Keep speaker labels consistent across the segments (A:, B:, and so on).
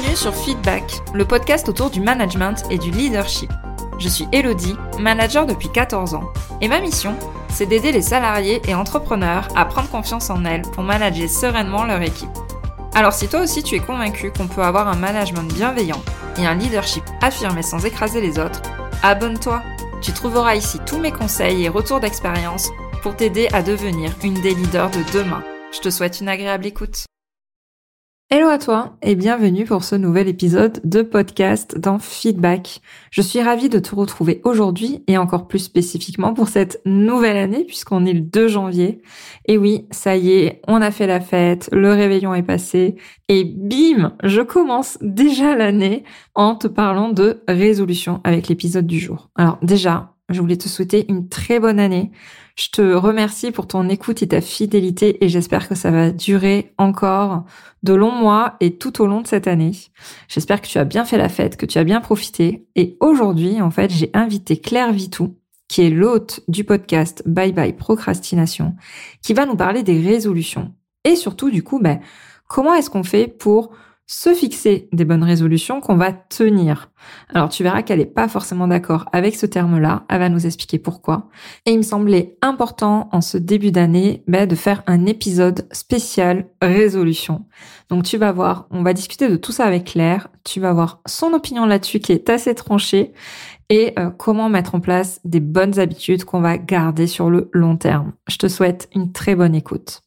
A: Bienvenue sur Feedback, le podcast autour du management et du leadership. Je suis Elodie, manager depuis 14 ans, et ma mission, c'est d'aider les salariés et entrepreneurs à prendre confiance en elles pour manager sereinement leur équipe. Alors si toi aussi tu es convaincu qu'on peut avoir un management bienveillant et un leadership affirmé sans écraser les autres, abonne-toi. Tu trouveras ici tous mes conseils et retours d'expérience pour t'aider à devenir une des leaders de demain. Je te souhaite une agréable écoute. Hello à toi et bienvenue pour ce nouvel épisode de podcast dans Feedback. Je suis ravie de te retrouver aujourd'hui et encore plus spécifiquement pour cette nouvelle année puisqu'on est le 2 janvier. Et oui, ça y est, on a fait la fête, le réveillon est passé et bim, je commence déjà l'année en te parlant de résolution avec l'épisode du jour. Alors déjà, je voulais te souhaiter une très bonne année. Je te remercie pour ton écoute et ta fidélité et j'espère que ça va durer encore de longs mois et tout au long de cette année. J'espère que tu as bien fait la fête, que tu as bien profité. Et aujourd'hui, en fait, j'ai invité Claire Vitou, qui est l'hôte du podcast Bye Bye Procrastination, qui va nous parler des résolutions. Et surtout, du coup, comment est-ce qu'on fait pour se fixer des bonnes résolutions qu'on va tenir. Alors tu verras qu'elle n'est pas forcément d'accord avec ce terme-là, elle va nous expliquer pourquoi. Et il me semblait important en ce début d'année de faire un épisode spécial résolution. Donc tu vas voir, on va discuter de tout ça avec Claire, tu vas voir son opinion là-dessus qui est assez tranchée et comment mettre en place des bonnes habitudes qu'on va garder sur le long terme. Je te souhaite une très bonne écoute.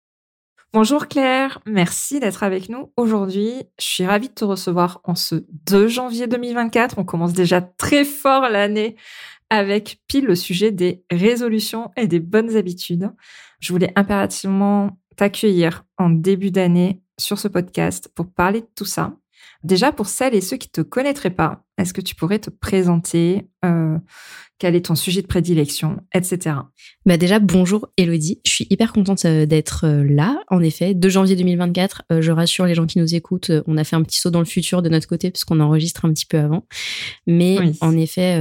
A: Bonjour Claire, merci d'être avec nous aujourd'hui. Je suis ravie de te recevoir en ce 2 janvier 2024. On commence déjà très fort l'année avec pile le sujet des résolutions et des bonnes habitudes. Je voulais impérativement t'accueillir en début d'année sur ce podcast pour parler de tout ça. Déjà, pour celles et ceux qui ne te connaîtraient pas, est-ce que tu pourrais te présenter quel est ton sujet de prédilection, etc.
B: Déjà, bonjour Elodie. Je suis hyper contente d'être là. En effet, 2 janvier 2024, je rassure les gens qui nous écoutent, on a fait un petit saut dans le futur de notre côté parce qu'on enregistre un petit peu avant. Mais oui. En effet,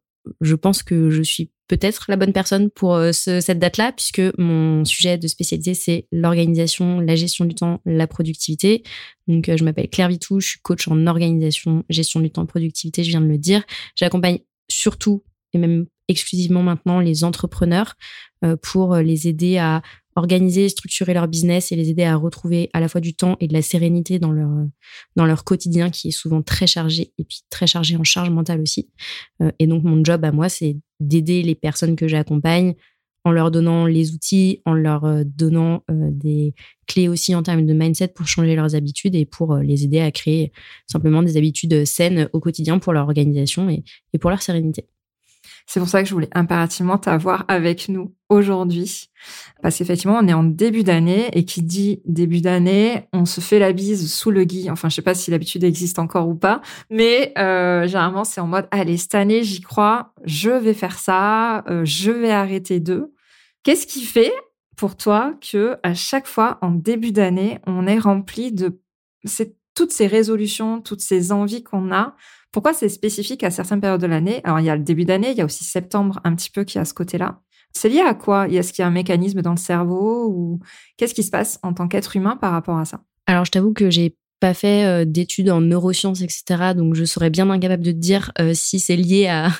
B: je pense que je suis peut-être la bonne personne pour cette date-là, puisque mon sujet de spécialité, c'est l'organisation, la gestion du temps, la productivité. Donc, je m'appelle Claire Vitou, je suis coach en organisation, gestion du temps, productivité, je viens de le dire. J'accompagne surtout, et même exclusivement maintenant, les entrepreneurs pour les aider à organiser, structurer leur business et les aider à retrouver à la fois du temps et de la sérénité dans leur quotidien qui est souvent très chargé et puis très chargé en charge mentale aussi. Et donc, mon job à moi, c'est d'aider les personnes que j'accompagne en leur donnant les outils, en leur donnant des clés aussi en termes de mindset pour changer leurs habitudes et pour les aider à créer simplement des habitudes saines au quotidien pour leur organisation et pour leur sérénité.
A: C'est pour ça que je voulais impérativement t'avoir avec nous aujourd'hui. Parce qu'effectivement, on est en début d'année et qui dit début d'année, on se fait la bise sous le gui. Enfin, je sais pas si l'habitude existe encore ou pas, mais généralement, c'est en mode, allez, cette année, j'y crois, je vais faire ça, je vais arrêter de. Qu'est-ce qui fait pour toi que à chaque fois, en début d'année, on est rempli de toutes ces résolutions, toutes ces envies qu'on a? Pourquoi c'est spécifique à certaines périodes de l'année? Alors, il y a le début d'année, il y a aussi septembre un petit peu qui a ce côté-là. C'est lié à quoi? Est-ce qu'il y a un mécanisme dans le cerveau ou qu'est-ce qui se passe en tant qu'être humain par rapport à ça?
B: Alors, je t'avoue que j'ai pas fait d'études en neurosciences, etc. Donc, je serais bien incapable de te dire si c'est lié à,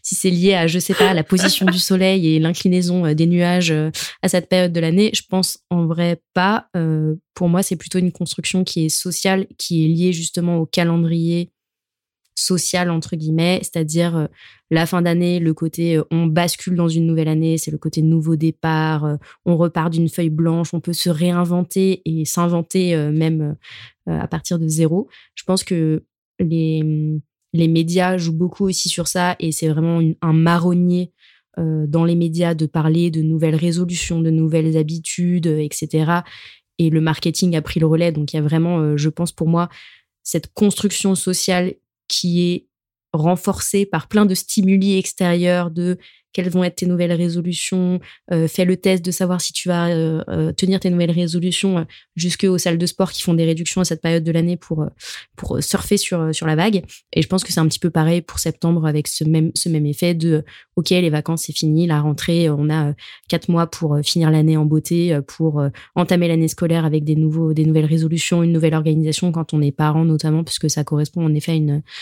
B: je sais pas, la position du soleil et l'inclinaison des nuages à cette période de l'année. Je pense en vrai pas. Pour moi, c'est plutôt une construction qui est sociale, qui est liée justement au calendrier social entre guillemets, c'est-à-dire la fin d'année, le côté on bascule dans une nouvelle année, c'est le côté nouveau départ, on repart d'une feuille blanche, on peut se réinventer et s'inventer même à partir de zéro. Je pense que les médias jouent beaucoup aussi sur ça et c'est vraiment un marronnier dans les médias de parler de nouvelles résolutions, de nouvelles habitudes, etc. Et le marketing a pris le relais, donc il y a vraiment, je pense pour moi, cette construction sociale qui est renforcée par plein de stimuli extérieurs de quelles vont être tes nouvelles résolutions, fais le test de savoir si tu vas tenir tes nouvelles résolutions jusqu'aux salles de sport qui font des réductions à cette période de l'année pour surfer sur la vague. Et je pense que c'est un petit peu pareil pour septembre avec ce même effet de ok, les vacances c'est fini, la rentrée, on a 4 mois pour finir l'année en beauté, pour entamer l'année scolaire avec des nouvelles résolutions, une nouvelle organisation quand on est parent notamment, puisque ça correspond en effet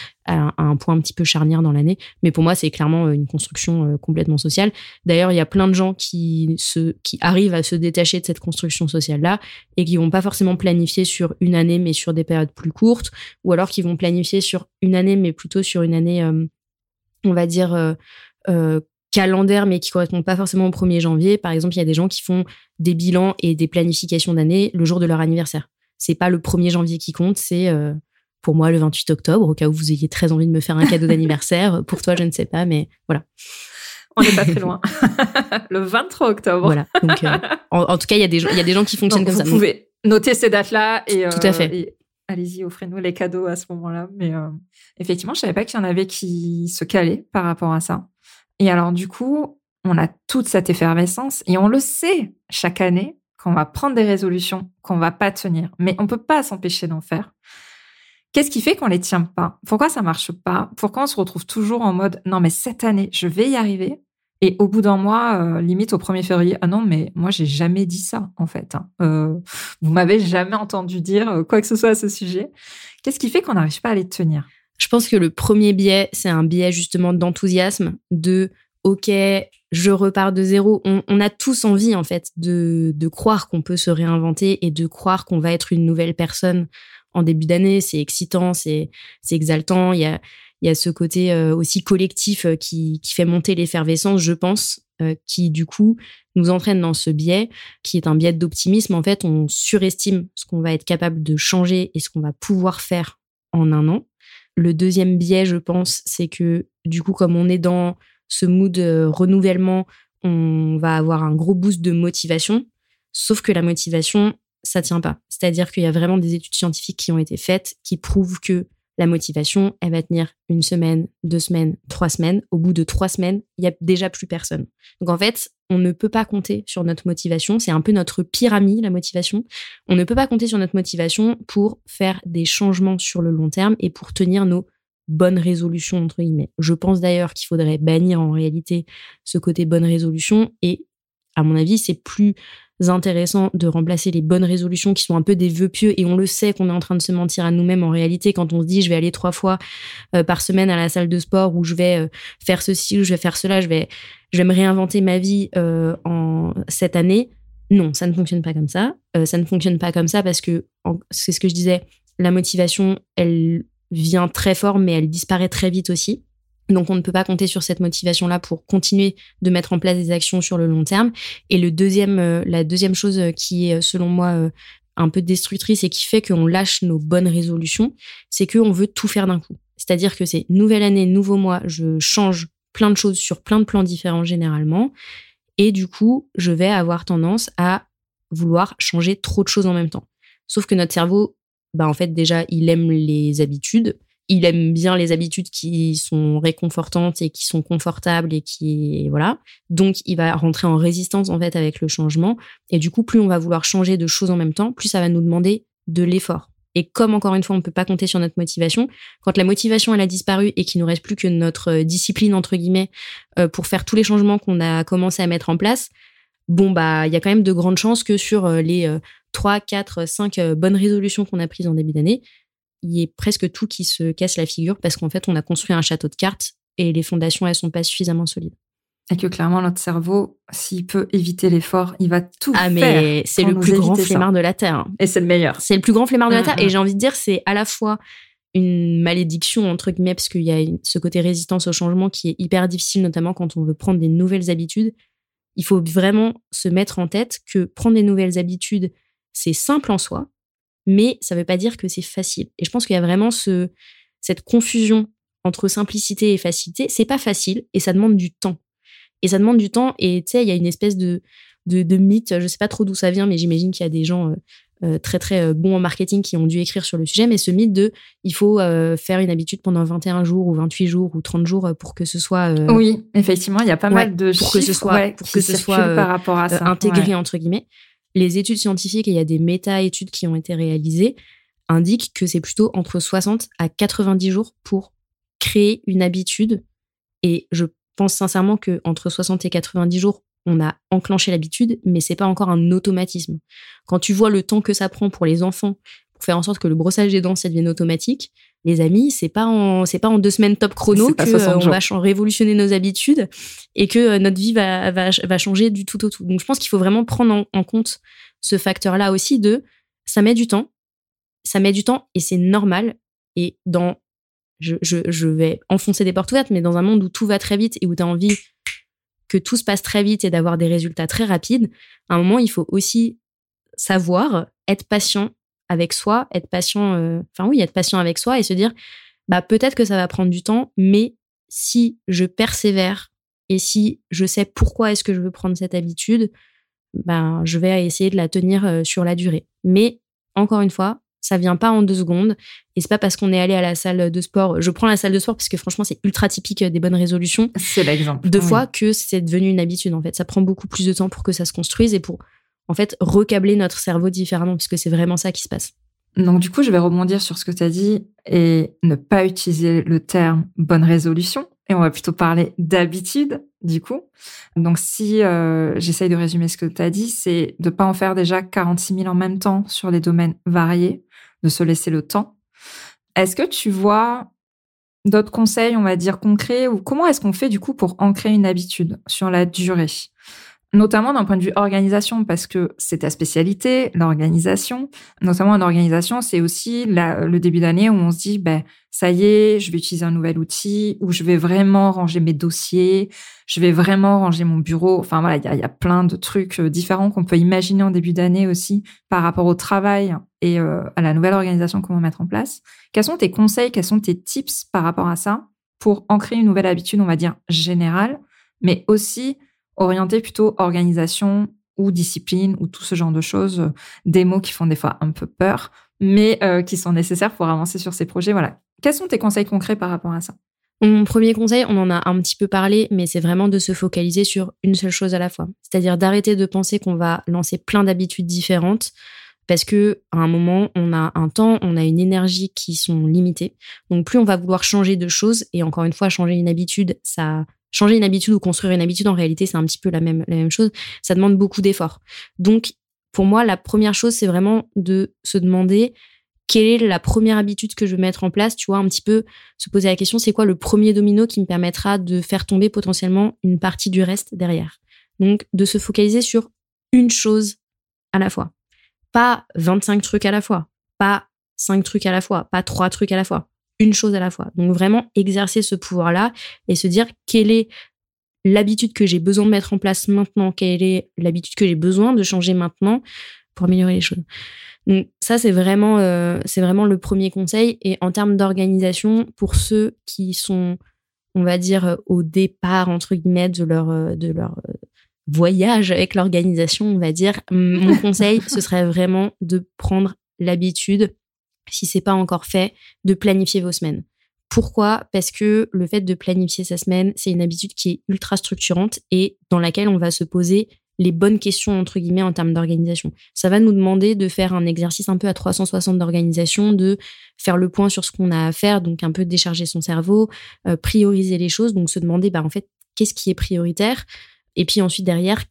B: à un point un petit peu charnière dans l'année. Mais pour moi, c'est clairement une construction complètement sociale. D'ailleurs, il y a plein de gens qui arrivent à se détacher de cette construction sociale-là et qui vont pas forcément planifier sur une année, mais sur des périodes plus courtes, ou alors qui vont planifier sur une année, mais plutôt sur une année, on va dire, calendaire, mais qui correspond pas forcément au 1er janvier. Par exemple, il y a des gens qui font des bilans et des planifications d'année le jour de leur anniversaire. C'est pas le 1er janvier qui compte, c'est pour moi le 28 octobre, au cas où vous ayez très envie de me faire un cadeau d'anniversaire. Pour toi, je ne sais pas, mais voilà.
A: On n'est pas très loin. Le 23 octobre.
B: Voilà. Donc, en tout cas, il y a des gens qui fonctionnent comme ça.
A: Vous pouvez noter ces dates-là et
B: tout à fait.
A: Et allez-y, offrez-nous les cadeaux à ce moment-là. Mais effectivement, je savais pas qu'il y en avait qui se calaient par rapport à ça. Et alors, du coup, on a toute cette effervescence et on le sait chaque année qu'on va prendre des résolutions qu'on va pas tenir. Mais on peut pas s'empêcher d'en faire. Qu'est-ce qui fait qu'on les tient pas? Pourquoi ça marche pas? Pourquoi on se retrouve toujours en mode « Non, mais cette année, je vais y arriver ». Et au bout d'un mois, limite au 1er février, « Ah non, mais moi, j'ai jamais dit ça, en fait. Vous m'avez jamais entendu dire quoi que ce soit à ce sujet. » Qu'est-ce qui fait qu'on n'arrive pas à les tenir?
B: Je pense que le premier biais, c'est un biais justement d'enthousiasme, de « Ok, je repars de zéro ». On a tous envie, en fait, de croire qu'on peut se réinventer et de croire qu'on va être une nouvelle personne en début d'année. C'est excitant, c'est exaltant. Il y a ce côté aussi collectif qui fait monter l'effervescence, je pense, qui du coup nous entraîne dans ce biais, qui est un biais d'optimisme. En fait, on surestime ce qu'on va être capable de changer et ce qu'on va pouvoir faire en un an. Le deuxième biais, je pense, c'est que du coup, comme on est dans ce mood renouvellement, on va avoir un gros boost de motivation. Sauf que la motivation, ça tient pas. C'est-à-dire qu'il y a vraiment des études scientifiques qui ont été faites qui prouvent que la motivation, elle va tenir 1 semaine, 2 semaines, 3 semaines. Au bout de 3 semaines, il y a déjà plus personne. Donc en fait, on ne peut pas compter sur notre motivation. C'est un peu notre pire ami, la motivation. On ne peut pas compter sur notre motivation pour faire des changements sur le long terme et pour tenir nos bonnes résolutions, entre guillemets. Je pense d'ailleurs qu'il faudrait bannir en réalité ce côté bonne résolution et à mon avis, c'est plus intéressant de remplacer les bonnes résolutions qui sont un peu des vœux pieux et on le sait qu'on est en train de se mentir à nous-mêmes en réalité quand on se dit je vais aller 3 fois par semaine à la salle de sport ou je vais faire ceci ou je vais faire cela, je vais me réinventer ma vie en cette année. Non, ça ne fonctionne pas comme ça. Ça ne fonctionne pas comme ça parce que, c'est ce que je disais, la motivation, elle vient très fort mais elle disparaît très vite aussi. Donc, on ne peut pas compter sur cette motivation-là pour continuer de mettre en place des actions sur le long terme. Et la deuxième chose qui est, selon moi, un peu destructrice et qui fait qu'on lâche nos bonnes résolutions, c'est qu'on veut tout faire d'un coup. C'est-à-dire que c'est nouvelle année, nouveau mois, je change plein de choses sur plein de plans différents généralement. Et du coup, je vais avoir tendance à vouloir changer trop de choses en même temps. Sauf que notre cerveau, en fait, déjà, il aime les habitudes. Il aime bien les habitudes qui sont réconfortantes et qui sont confortables et voilà. Donc, il va rentrer en résistance, en fait, avec le changement. Et du coup, plus on va vouloir changer de choses en même temps, plus ça va nous demander de l'effort. Et comme, encore une fois, on ne peut pas compter sur notre motivation, quand la motivation, elle a disparu et qu'il ne nous reste plus que notre discipline, entre guillemets, pour faire tous les changements qu'on a commencé à mettre en place, il y a quand même de grandes chances que sur les 3, 4, 5 bonnes résolutions qu'on a prises en début d'année, il y ait presque tout qui se casse la figure parce qu'en fait, on a construit un château de cartes et les fondations, elles sont pas suffisamment solides.
A: Et que clairement, notre cerveau, s'il peut éviter l'effort, il va tout faire.
B: Mais c'est le plus grand flemmard de la Terre. Hein.
A: Et c'est le meilleur.
B: C'est le plus grand flemmard de la Terre. Et j'ai envie de dire, c'est à la fois une malédiction, entre guillemets, parce qu'il y a ce côté résistance au changement qui est hyper difficile, notamment quand on veut prendre des nouvelles habitudes. Il faut vraiment se mettre en tête que prendre des nouvelles habitudes, c'est simple en soi, mais ça ne veut pas dire que c'est facile. Et je pense qu'il y a vraiment cette confusion entre simplicité et facilité. C'est pas facile et ça demande du temps. Et ça demande du temps et tu sais, il y a une espèce de mythe, je sais pas trop d'où ça vient, mais j'imagine qu'il y a des gens très très bons en marketing qui ont dû écrire sur le sujet, mais ce mythe de il faut faire une habitude pendant 21 jours ou 28 jours ou 30 jours pour que ce soit...
A: oui, effectivement, il y a pas mal de
B: pour que ce soit
A: par rapport à ça.
B: Intégré, entre guillemets. Les études scientifiques, et il y a des méta-études qui ont été réalisées, indiquent que c'est plutôt entre 60 à 90 jours pour créer une habitude. Et je pense sincèrement qu'entre 60 et 90 jours, on a enclenché l'habitude, mais c'est pas encore un automatisme. Quand tu vois le temps que ça prend pour les enfants pour faire en sorte que le brossage des dents, ça devienne automatique, les amis, c'est pas en 2 semaines top chrono qu'on va révolutionner nos habitudes et que notre vie va changer du tout au tout. Donc, je pense qu'il faut vraiment prendre en compte ce facteur-là aussi ça met du temps et c'est normal. Et je vais enfoncer des portes ouvertes, mais dans un monde où tout va très vite et où tu as envie que tout se passe très vite et d'avoir des résultats très rapides, à un moment, il faut aussi savoir être patient avec soi, être patient avec soi et se dire, peut-être que ça va prendre du temps, mais si je persévère et si je sais pourquoi est-ce que je veux prendre cette habitude, je vais essayer de la tenir sur la durée. Mais, encore une fois, ça vient pas en 2 secondes et c'est pas parce qu'on est allé à la salle de sport. Je prends la salle de sport parce que franchement, c'est ultra typique des bonnes résolutions.
A: C'est l'exemple.
B: Fois que c'est devenu une habitude, en fait. Ça prend beaucoup plus de temps pour que ça se construise et pour, en fait, recabler notre cerveau différemment puisque c'est vraiment ça qui se passe.
A: Donc, du coup, je vais rebondir sur ce que tu as dit et ne pas utiliser le terme bonne résolution. Et on va plutôt parler d'habitude, du coup. Donc, si j'essaye de résumer ce que tu as dit, c'est de pas en faire déjà 46 000 en même temps sur des domaines variés, de se laisser le temps. Est-ce que tu vois d'autres conseils, on va dire, concrets, ou comment est-ce qu'on fait, du coup, pour ancrer une habitude sur la durée ? Notamment d'un point de vue organisation, parce que c'est ta spécialité, l'organisation. Notamment en organisation, c'est aussi le début d'année où on se dit, ça y est, je vais utiliser un nouvel outil, où je vais vraiment ranger mes dossiers, je vais vraiment ranger mon bureau. Enfin voilà, il y a plein de trucs différents qu'on peut imaginer en début d'année aussi par rapport au travail et à la nouvelle organisation qu'on va mettre en place. Quels sont tes conseils, quels sont tes tips par rapport à ça pour ancrer une nouvelle habitude, on va dire, générale, mais aussi orienté plutôt organisation ou discipline ou tout ce genre de choses, des mots qui font des fois un peu peur, mais qui sont nécessaires pour avancer sur ces projets. Voilà. Quels sont tes conseils concrets par rapport à ça ?
B: Mon premier conseil, on en a un petit peu parlé, mais c'est vraiment de se focaliser sur une seule chose à la fois. C'est-à-dire d'arrêter de penser qu'on va lancer plein d'habitudes différentes parce que à un moment, on a un temps, on a une énergie qui sont limitées. Donc plus on va vouloir changer de choses, et encore une fois, changer une habitude ou construire une habitude, en réalité, c'est un petit peu la même chose. Ça demande beaucoup d'efforts. Donc, pour moi, la première chose, c'est vraiment de se demander quelle est la première habitude que je veux mettre en place. Tu vois, un petit peu se poser la question, c'est quoi le premier domino qui me permettra de faire tomber potentiellement une partie du reste derrière. Donc, de se focaliser sur une chose à la fois. Pas 25 trucs à la fois. Pas 5 trucs à la fois. Pas 3 trucs à la fois. Une chose à la fois. Donc vraiment exercer ce pouvoir-là et se dire quelle est l'habitude que j'ai besoin de mettre en place maintenant, quelle est l'habitude que j'ai besoin de changer maintenant pour améliorer les choses. Donc ça, c'est vraiment le premier conseil. Et en termes d'organisation, pour ceux qui sont, on va dire, au départ, entre guillemets, de leur voyage avec l'organisation, on va dire, mon conseil, ce serait vraiment de prendre l'habitude, si c'est pas encore fait, de planifier vos semaines. Pourquoi ? Parce que le fait de planifier sa semaine, c'est une habitude qui est ultra structurante et dans laquelle on va se poser les bonnes questions, entre guillemets, en termes d'organisation. Ça va nous demander de faire un exercice un peu à 360 d'organisation, de faire le point sur ce qu'on a à faire, donc un peu décharger son cerveau, prioriser les choses, donc se demander, en fait, qu'est-ce qui est prioritaire ? Et puis ensuite, derrière,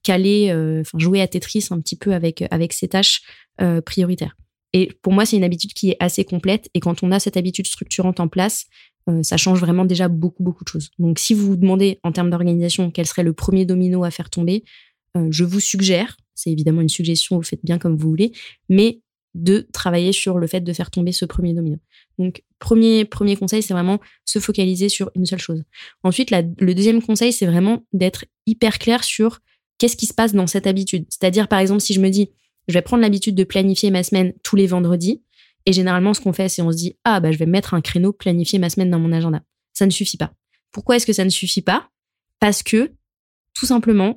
B: jouer à Tetris un petit peu avec ces tâches prioritaires. Et pour moi, c'est une habitude qui est assez complète. Et quand on a cette habitude structurante en place, ça change vraiment déjà beaucoup, beaucoup de choses. Donc, si vous vous demandez en termes d'organisation quel serait le premier domino à faire tomber, je vous suggère, c'est évidemment une suggestion, vous faites bien comme vous voulez, mais de travailler sur le fait de faire tomber ce premier domino. Donc, premier conseil, c'est vraiment se focaliser sur une seule chose. Ensuite, le deuxième conseil, c'est vraiment d'être hyper clair sur qu'est-ce qui se passe dans cette habitude. C'est-à-dire, par exemple, si je me dis, je vais prendre l'habitude de planifier ma semaine tous les vendredis, et généralement, ce qu'on fait, c'est on se dit, je vais mettre un créneau, planifier ma semaine dans mon agenda. Ça ne suffit pas. Pourquoi est-ce que ça ne suffit pas ? Parce que, tout simplement,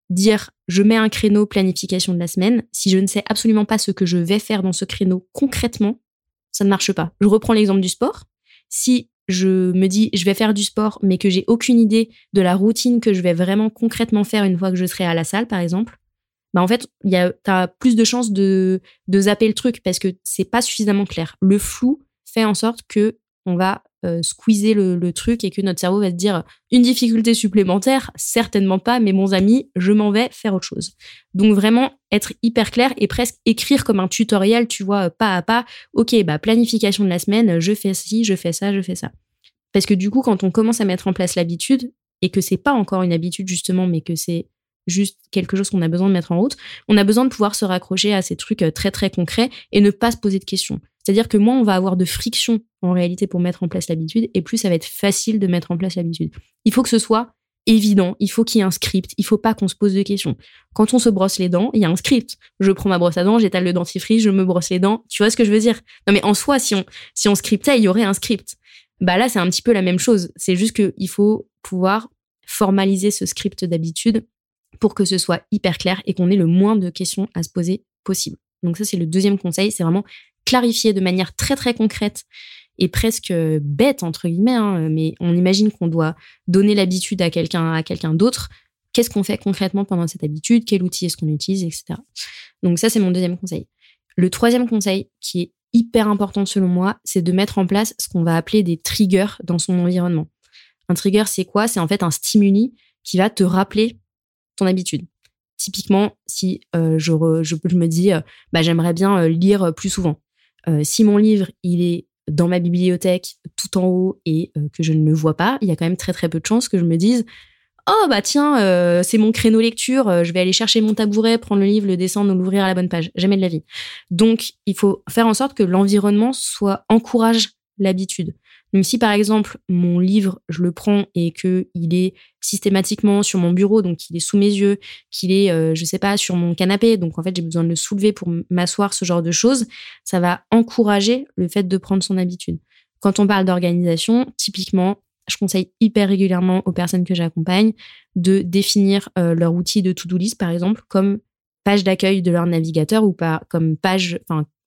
B: dire je mets un créneau planification de la semaine, si je ne sais absolument pas ce que je vais faire dans ce créneau concrètement, ça ne marche pas. Je reprends l'exemple du sport. Si je me dis je vais faire du sport mais que j'ai aucune idée de la routine que je vais vraiment concrètement faire une fois que je serai à la salle par exemple, bah en fait, t'as plus de chances de zapper le truc parce que c'est pas suffisamment clair. Le flou fait en sorte que on va squeezer le truc et que notre cerveau va se dire une difficulté supplémentaire, certainement pas, mais bons amis, je m'en vais faire autre chose. Donc vraiment être hyper clair et presque écrire comme un tutoriel, tu vois, pas à pas. Ok, bah planification de la semaine, je fais ci, je fais ça, je fais ça. Parce que du coup, quand on commence à mettre en place l'habitude et que c'est pas encore une habitude justement, mais que c'est juste quelque chose qu'on a besoin de mettre en route, on a besoin de pouvoir se raccrocher à ces trucs très très concrets et ne pas se poser de questions. C'est-à-dire que moins on va avoir de friction en réalité pour mettre en place l'habitude et plus ça va être facile de mettre en place l'habitude. Il faut que ce soit évident, il faut qu'il y ait un script, il faut pas qu'on se pose de questions. Quand on se brosse les dents, il y a un script. Je prends ma brosse à dents, j'étale le dentifrice, je me brosse les dents. Tu vois ce que je veux dire? Non mais en soi, si on scriptait, il y aurait un script. Bah là, c'est un petit peu la même chose. C'est juste qu'il faut pouvoir formaliser ce script d'habitude pour que ce soit hyper clair et qu'on ait le moins de questions à se poser possible. Donc ça, c'est le deuxième conseil, c'est vraiment clarifier de manière très très concrète et presque bête entre guillemets, hein, mais on imagine qu'on doit donner l'habitude à quelqu'un d'autre. Qu'est-ce qu'on fait concrètement pendant cette habitude? Quel outil est-ce qu'on utilise, etc. Donc ça, c'est mon deuxième conseil. Le troisième conseil, qui est hyper important selon moi, c'est de mettre en place ce qu'on va appeler des triggers dans son environnement. Un trigger, c'est quoi? C'est en fait un stimuli qui va te rappeler ton habitude. Typiquement, si je me dis j'aimerais bien lire plus souvent. Si mon livre il est dans ma bibliothèque tout en haut et que je ne le vois pas, il y a quand même très très peu de chances que je me dise oh bah tiens, c'est mon créneau lecture, je vais aller chercher mon tabouret, prendre le livre, le descendre, l'ouvrir à la bonne page. Jamais de la vie. Donc il faut faire en sorte que l'environnement encourage l'habitude. Donc si par exemple mon livre je le prends et que il est systématiquement sur mon bureau, donc il est sous mes yeux, qu'il est je sais pas sur mon canapé, donc en fait j'ai besoin de le soulever pour m'asseoir, ce genre de choses, ça va encourager le fait de prendre son habitude. Quand on parle d'organisation, typiquement, je conseille hyper régulièrement aux personnes que j'accompagne de définir leur outil de to-do list par exemple comme page d'accueil de leur navigateur ou comme page,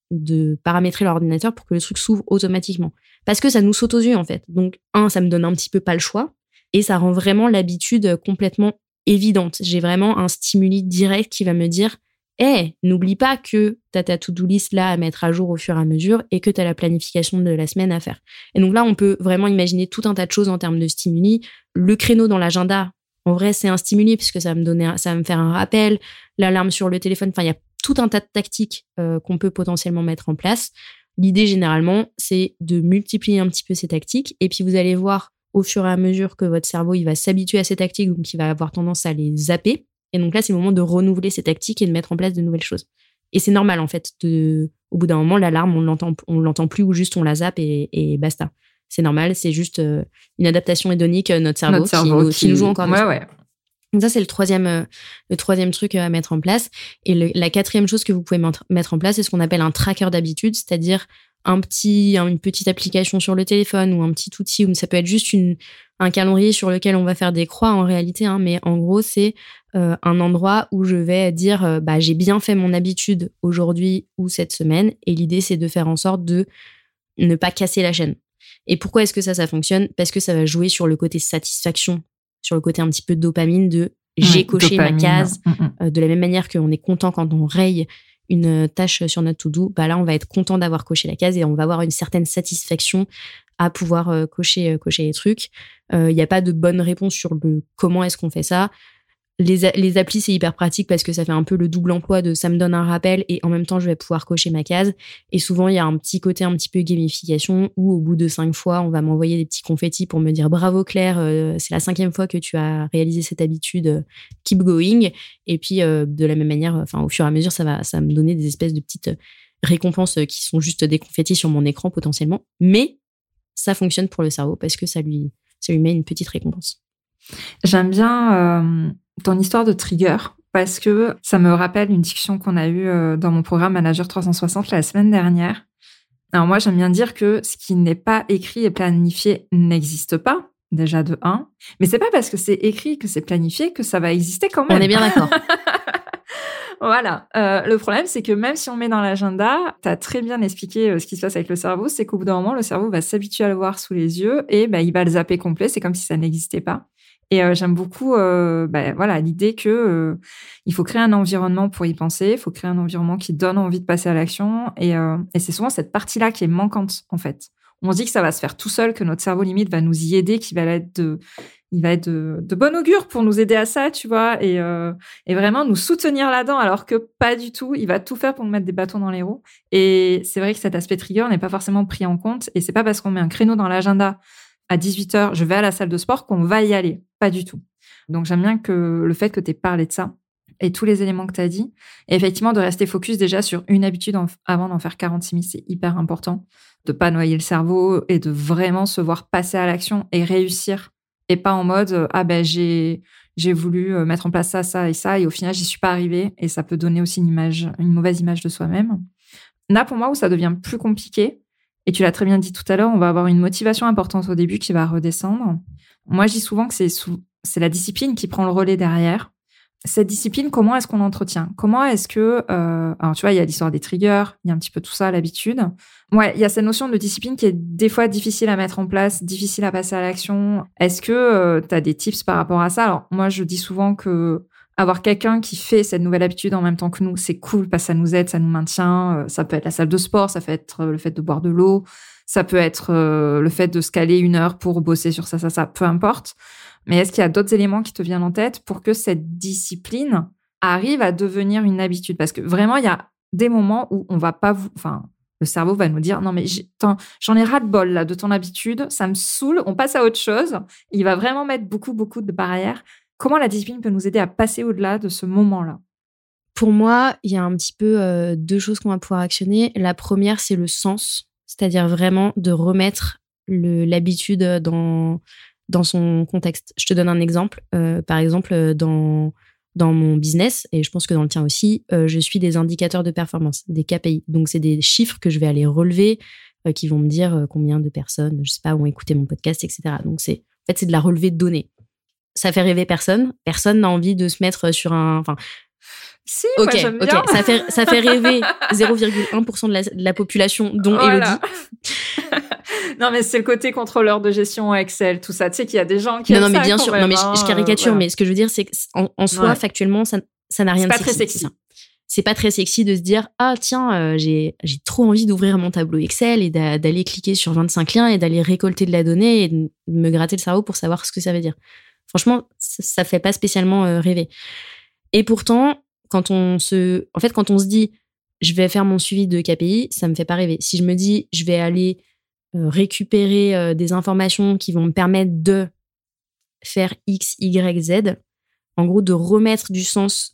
B: de paramétrer leur ordinateur pour que le truc s'ouvre automatiquement. Parce que ça nous saute aux yeux, en fait. Donc, ça me donne un petit peu pas le choix et ça rend vraiment l'habitude complètement évidente. J'ai vraiment un stimuli direct qui va me dire n'oublie pas que t'as ta to-do list là à mettre à jour au fur et à mesure et que t'as la planification de la semaine à faire. Et donc là, on peut vraiment imaginer tout un tas de choses en termes de stimuli. Le créneau dans l'agenda, en vrai, c'est un stimuli puisque ça va me faire un rappel, l'alarme sur le téléphone, il y a tout un tas de tactiques qu'on peut potentiellement mettre en place. L'idée, généralement, c'est de multiplier un petit peu ces tactiques et puis vous allez voir au fur et à mesure que votre cerveau il va s'habituer à ces tactiques, donc il va avoir tendance à les zapper. Et donc là, c'est le moment de renouveler ces tactiques et de mettre en place de nouvelles choses. Et c'est normal, en fait, au bout d'un moment, l'alarme, on l'entend plus ou juste on la zappe et basta. C'est normal, c'est juste une adaptation hédonique, notre cerveau qui nous joue encore dessus.
A: Ouais.
B: Donc ça, c'est le troisième truc à mettre en place. Et la quatrième chose que vous pouvez mettre en place, c'est ce qu'on appelle un tracker d'habitude, c'est-à-dire une petite application sur le téléphone ou un petit outil, ou ça peut être juste un calendrier sur lequel on va faire des croix en réalité, mais en gros, c'est un endroit où je vais dire j'ai bien fait mon habitude aujourd'hui ou cette semaine. Et l'idée, c'est de faire en sorte de ne pas casser la chaîne. Et pourquoi est-ce que ça fonctionne? Parce que ça va jouer sur le côté satisfaction, sur le côté un petit peu dopamine de j'ai coché ma case. De la même manière qu'on est content quand on raye une tâche sur notre to-do, là, on va être content d'avoir coché la case et on va avoir une certaine satisfaction à pouvoir cocher les trucs. Il n'y a pas de bonne réponse sur le comment est-ce qu'on fait ça. Les applis, c'est hyper pratique parce que ça fait un peu le double emploi de ça me donne un rappel et en même temps, je vais pouvoir cocher ma case. Et souvent, il y a un petit côté un petit peu gamification où au bout de 5 fois, on va m'envoyer des petits confettis pour me dire bravo Claire, c'est la 5e fois que tu as réalisé cette habitude, keep going. Et puis, de la même manière, au fur et à mesure, ça va me donner des espèces de petites récompenses qui sont juste des confettis sur mon écran potentiellement. Mais ça fonctionne pour le cerveau parce que ça lui met une petite récompense.
A: J'aime bien ton histoire de trigger parce que ça me rappelle une discussion qu'on a eue dans mon programme Manager 360 la semaine dernière. Alors moi, j'aime bien dire que ce qui n'est pas écrit et planifié n'existe pas. déjà de 1. Mais c'est pas parce que c'est écrit, que c'est planifié, que ça va exister quand même.
B: On est bien d'accord.
A: Voilà. Le problème, c'est que même si on met dans l'agenda, t'as très bien expliqué ce qui se passe avec le cerveau, c'est qu'au bout d'un moment, le cerveau va s'habituer à le voir sous les yeux et il va le zapper complet. C'est comme si ça n'existait pas. Et j'aime beaucoup l'idée que il faut créer un environnement pour y penser, il faut créer un environnement qui donne envie de passer à l'action. Et c'est souvent cette partie-là qui est manquante, en fait. On se dit que ça va se faire tout seul, que notre cerveau limite va nous y aider, qu'il va être de bon augure pour nous aider à ça, tu vois, et vraiment nous soutenir là-dedans, alors que pas du tout. Il va tout faire pour nous mettre des bâtons dans les roues. Et c'est vrai que cet aspect trigger n'est pas forcément pris en compte. Et c'est pas parce qu'on met un créneau dans l'agenda à 18h, je vais à la salle de sport, qu'on va y aller. Pas du tout. Donc j'aime bien que le fait que tu aies parlé de ça et tous les éléments que tu as dit, et effectivement de rester focus déjà sur une habitude avant d'en faire 46 000, c'est hyper important. De pas noyer le cerveau et de vraiment se voir passer à l'action et réussir. Et pas en mode j'ai voulu mettre en place ça et ça, et au final j'y suis pas arrivée, et ça peut donner aussi une mauvaise image de soi-même. Là, pour moi, où ça devient plus compliqué, et tu l'as très bien dit tout à l'heure, on va avoir une motivation importante au début qui va redescendre. Moi, je dis souvent que c'est la discipline qui prend le relais derrière. Cette discipline, comment est-ce qu'on l'entretient ? Comment est-ce que... alors, tu vois, il y a l'histoire des triggers, il y a un petit peu tout ça à l'habitude. Ouais, il y a cette notion de discipline qui est des fois difficile à mettre en place, difficile à passer à l'action. Est-ce que tu as des tips par rapport à ça ? Alors, moi, je dis souvent que avoir quelqu'un qui fait cette nouvelle habitude en même temps que nous, c'est cool parce que ça nous aide, ça nous maintient. Ça peut être la salle de sport, ça peut être le fait de boire de l'eau, ça peut être le fait de se caler 1 heure pour bosser sur ça, peu importe. Mais est-ce qu'il y a d'autres éléments qui te viennent en tête pour que cette discipline arrive à devenir une habitude ? Parce que vraiment, il y a des moments où on va pas le cerveau va nous dire « Non, mais j'en ai ras-le-bol là, de ton habitude, ça me saoule, on passe à autre chose. » Il va vraiment mettre beaucoup, beaucoup de barrières. Comment la discipline peut nous aider à passer au-delà de ce moment-là ?
B: Pour moi, il y a un petit peu 2 choses qu'on va pouvoir actionner. La première, c'est le sens, c'est-à-dire vraiment de remettre l'habitude dans son contexte. Je te donne un exemple. Par exemple, dans mon business, et je pense que dans le tien aussi, je suis des indicateurs de performance, des KPI. Donc, c'est des chiffres que je vais aller relever, qui vont me dire combien de personnes, je sais pas, ont écouté mon podcast, etc. Donc, c'est de la relevée de données. Ça fait rêver personne. Personne n'a envie de se mettre sur un...
A: Si, moi j'aime bien.
B: Ça fait rêver 0,1% de la population, dont Élodie.
A: Non, mais c'est le côté contrôleur de gestion Excel, tout ça. Tu sais qu'il y a des gens qui aiment ça.
B: Non, mais bien sûr. Non, mais je caricature, voilà. Mais ce que je veux dire, c'est qu'en soi, factuellement, ça n'a rien de sexy.
A: C'est pas très sexy.
B: C'est pas très sexy de se dire « Ah, tiens, j'ai trop envie d'ouvrir mon tableau Excel et d'aller cliquer sur 25 liens et d'aller récolter de la donnée et de me gratter le cerveau pour savoir ce que ça veut dire. » Franchement, ça fait pas spécialement rêver. Et pourtant, quand on se dit « Je vais faire mon suivi de KPI », ça me fait pas rêver. Si je me dis « Je vais aller récupérer des informations qui vont me permettre de faire X, Y, Z », en gros, de remettre du sens,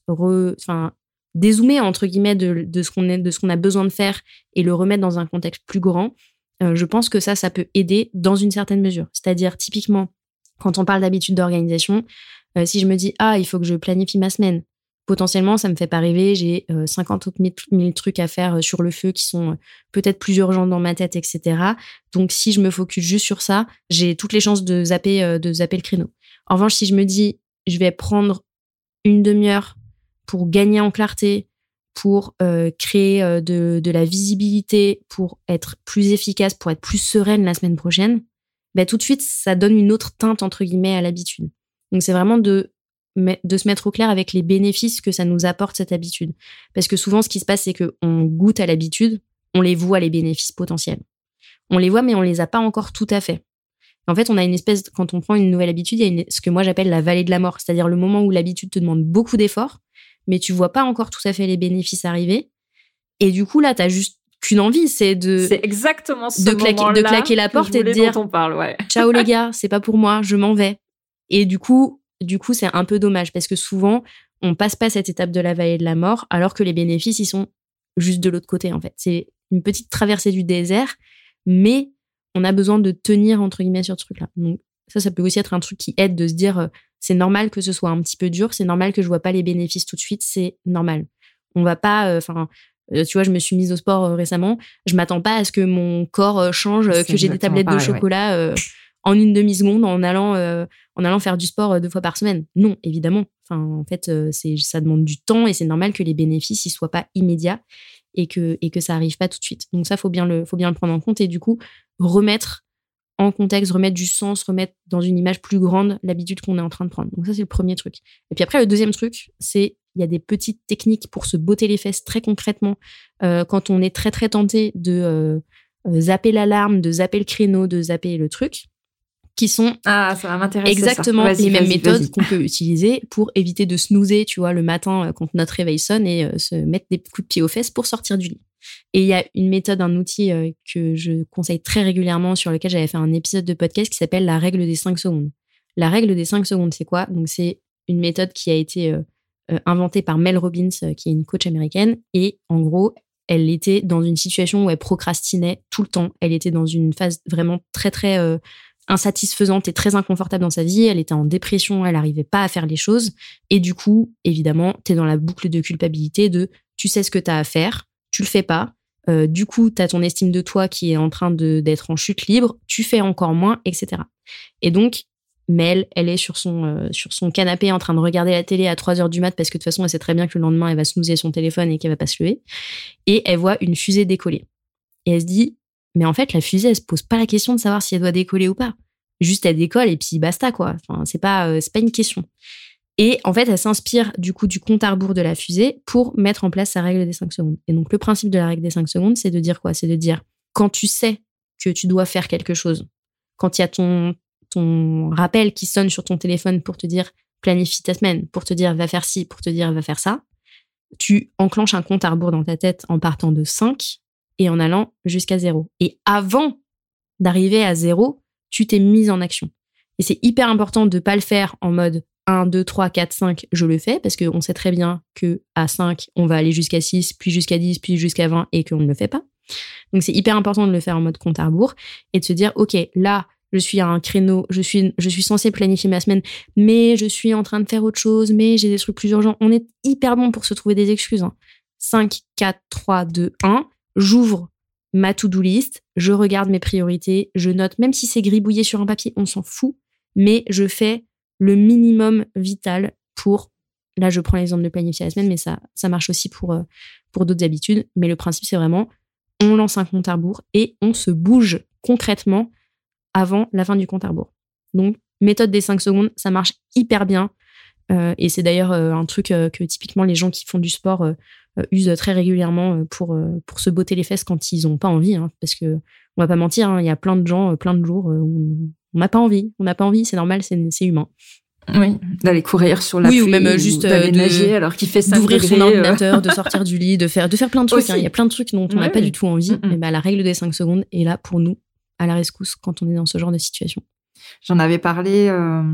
B: dézoomer entre guillemets de ce qu'on a besoin de faire et le remettre dans un contexte plus grand, je pense que ça peut aider dans une certaine mesure. C'est-à-dire, typiquement, quand on parle d'habitude d'organisation, si je me dis « Ah, il faut que je planifie ma semaine », potentiellement, ça me fait pas rêver, j'ai 50 autres 1000 trucs à faire sur le feu qui sont peut-être plus urgents dans ma tête, etc. Donc, si je me focus juste sur ça, j'ai toutes les chances de zapper le créneau. En revanche, si je me dis, je vais prendre 1 demi-heure pour gagner en clarté, pour créer de la visibilité, pour être plus efficace, pour être plus sereine la semaine prochaine, tout de suite, ça donne une autre teinte, entre guillemets, à l'habitude. Donc, c'est vraiment de se mettre au clair avec les bénéfices que ça nous apporte, cette habitude. Parce que souvent, ce qui se passe, c'est qu'on goûte à l'habitude, on les voit, les bénéfices potentiels. On les voit, mais on les a pas encore tout à fait. En fait, on a une espèce, quand on prend une nouvelle habitude, il y a ce que moi j'appelle la vallée de la mort, c'est-à-dire le moment où l'habitude te demande beaucoup d'efforts, mais tu vois pas encore tout à fait les bénéfices arriver. Et du coup, là, t'as juste qu'une envie, c'est
A: exactement ce moment-là
B: de claquer la porte et de dire ciao les gars, c'est pas pour moi, je m'en vais. Et du coup, c'est un peu dommage parce que souvent, on passe pas cette étape de la vallée de la mort alors que les bénéfices, ils sont juste de l'autre côté, en fait. C'est une petite traversée du désert, mais on a besoin de tenir, entre guillemets, sur ce truc-là. Donc, ça peut aussi être un truc qui aide de se dire c'est normal que ce soit un petit peu dur, c'est normal que je vois pas les bénéfices tout de suite, c'est normal. On va pas... tu vois, je me suis mise au sport récemment, je m'attends pas à ce que mon corps change, que j'ai des tablettes de chocolat... en une demi-seconde en allant faire du sport 2 fois par semaine. Non, évidemment. Enfin, en fait, ça demande du temps et c'est normal que les bénéfices, ils soient pas immédiats et que ça arrive pas tout de suite. Donc ça, faut bien le prendre en compte et du coup, remettre en contexte, remettre du sens, remettre dans une image plus grande l'habitude qu'on est en train de prendre. Donc ça, c'est le premier truc. Et puis après, le deuxième truc, c'est il y a des petites techniques pour se botter les fesses très concrètement quand on est très, très tenté de zapper l'alarme, de zapper le créneau, de zapper le truc, qui sont
A: ça va m'intéresser,
B: exactement les mêmes méthodes qu'on peut utiliser pour éviter de snoozer, tu vois, le matin quand notre réveil sonne et se mettre des coups de pied aux fesses pour sortir du lit. Et il y a une méthode, un outil que je conseille très régulièrement, sur lequel j'avais fait un épisode de podcast qui s'appelle la règle des 5 secondes. La règle des 5 secondes, c'est quoi ? Donc, c'est une méthode qui a été inventée par Mel Robbins, qui est une coach américaine. Et en gros, elle était dans une situation où elle procrastinait tout le temps. Elle était dans une phase vraiment très, très insatisfaisante et très inconfortable dans sa vie. Elle était en dépression, elle n'arrivait pas à faire les choses. Et du coup, évidemment, tu es dans la boucle de culpabilité de tu sais ce que tu as à faire, tu le fais pas. Du coup, tu as ton estime de toi qui est en train d'être en chute libre, tu fais encore moins, etc. Et donc, Mel, elle est sur son canapé en train de regarder la télé à 3h du mat parce que de toute façon, elle sait très bien que le lendemain, elle va snoozer son téléphone et qu'elle va pas se lever. Et elle voit une fusée décoller. Et elle se dit, mais en fait, la fusée, elle se pose pas la question de savoir si elle doit décoller ou pas. Juste, elle décolle et puis basta, quoi. Enfin, c'est pas une question. Et en fait, elle s'inspire du coup du compte à rebours de la fusée pour mettre en place sa règle des 5 secondes. Et donc, le principe de la règle des 5 secondes, c'est de dire quoi ? C'est de dire, quand tu sais que tu dois faire quelque chose, quand il y a ton rappel qui sonne sur ton téléphone pour te dire planifie ta semaine, pour te dire va faire ci, pour te dire va faire ça, tu enclenches un compte à rebours dans ta tête en partant de 5 et en allant jusqu'à 0. Et avant d'arriver à 0, tu t'es mise en action. Et c'est hyper important de ne pas le faire en mode 1, 2, 3, 4, 5, je le fais, parce qu'on sait très bien qu'à 5, on va aller jusqu'à 6, puis jusqu'à 10, puis jusqu'à 20, et qu'on ne le fait pas. Donc, c'est hyper important de le faire en mode compte à rebours et de se dire, OK, là, je suis à un créneau, je suis censée planifier ma semaine, mais je suis en train de faire autre chose, mais j'ai des trucs plus urgents. On est hyper bon pour se trouver des excuses. 5, 4, 3, 2, 1, j'ouvre ma to-do list, je regarde mes priorités, je note, même si c'est gribouillé sur un papier, on s'en fout, mais je fais le minimum vital pour, là je prends l'exemple de planifier la semaine, mais ça marche aussi pour d'autres habitudes, mais le principe c'est vraiment, on lance un compte à rebours et on se bouge concrètement avant la fin du compte à rebours. Donc, méthode des 5 secondes, ça marche hyper bien, et c'est d'ailleurs un truc que typiquement les gens qui font du sport usent très régulièrement pour se botter les fesses quand ils n'ont pas envie, parce que on va pas mentir, il y a plein de gens, plein de jours où on n'a pas envie, c'est normal, c'est humain.
A: Oui, d'aller courir sur la pluie,
B: ou même juste
A: d'aller nager alors qu'il fait 5
B: d'ouvrir
A: degrés,
B: son ordinateur, de sortir du lit, de faire plein de trucs. Il y a plein de trucs dont on n'a pas du tout envie. Et la règle des 5 secondes est là pour nous, à la rescousse, quand on est dans ce genre de situation.
A: J'en avais parlé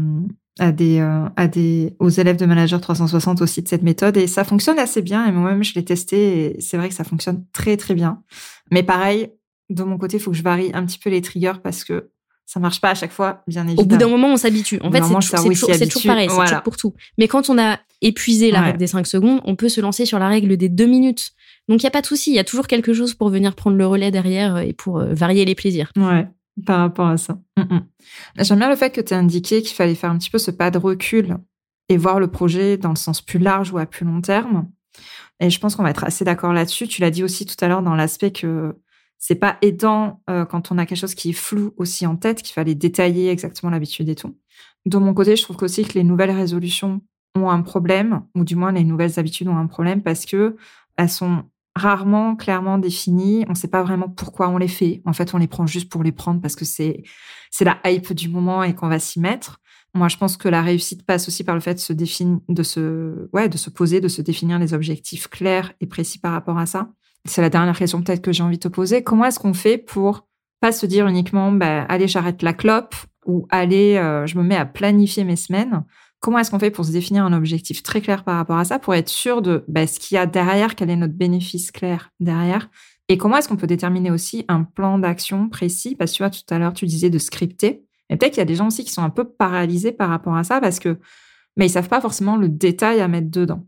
A: aux élèves de Manager 360 aussi de cette méthode et ça fonctionne assez bien et moi-même je l'ai testé et c'est vrai que ça fonctionne très très bien. Mais pareil, de mon côté, il faut que je varie un petit peu les triggers parce que ça marche pas à chaque fois, bien évidemment.
B: Au bout d'un moment, on s'habitue. En fait, c'est toujours pareil, c'est toujours pour tout. Mais quand on a épuisé la règle des 5 secondes, on peut se lancer sur la règle des 2 minutes. Donc, il n'y a pas de souci. Il y a toujours quelque chose pour venir prendre le relais derrière et pour varier les plaisirs.
A: Ouais, par rapport à ça. J'aime bien le fait que tu aies indiqué qu'il fallait faire un petit peu ce pas de recul et voir le projet dans le sens plus large ou à plus long terme. Et je pense qu'on va être assez d'accord là-dessus. Tu l'as dit aussi tout à l'heure dans l'aspect que c'est pas aidant quand on a quelque chose qui est flou aussi en tête, qu'il fallait détailler exactement l'habitude et tout. De mon côté, je trouve aussi que les nouvelles résolutions ont un problème, ou du moins les nouvelles habitudes ont un problème parce que elles sont rarement clairement définies. On sait pas vraiment pourquoi on les fait. En fait, on les prend juste pour les prendre parce que c'est la hype du moment et qu'on va s'y mettre. Moi, je pense que la réussite passe aussi par le fait de se poser, de se définir les objectifs clairs et précis par rapport à ça. C'est la dernière question peut-être que j'ai envie de te poser. Comment est-ce qu'on fait pour pas se dire uniquement allez, j'arrête la clope ou allez, je me mets à planifier mes semaines. Comment est-ce qu'on fait pour se définir un objectif très clair par rapport à ça, pour être sûr de ce qu'il y a derrière, quel est notre bénéfice clair derrière, et comment est-ce qu'on peut déterminer aussi un plan d'action précis, parce que tu vois, tout à l'heure, tu disais de scripter, et peut-être qu'il y a des gens aussi qui sont un peu paralysés par rapport à ça, parce que ils savent pas forcément le détail à mettre dedans.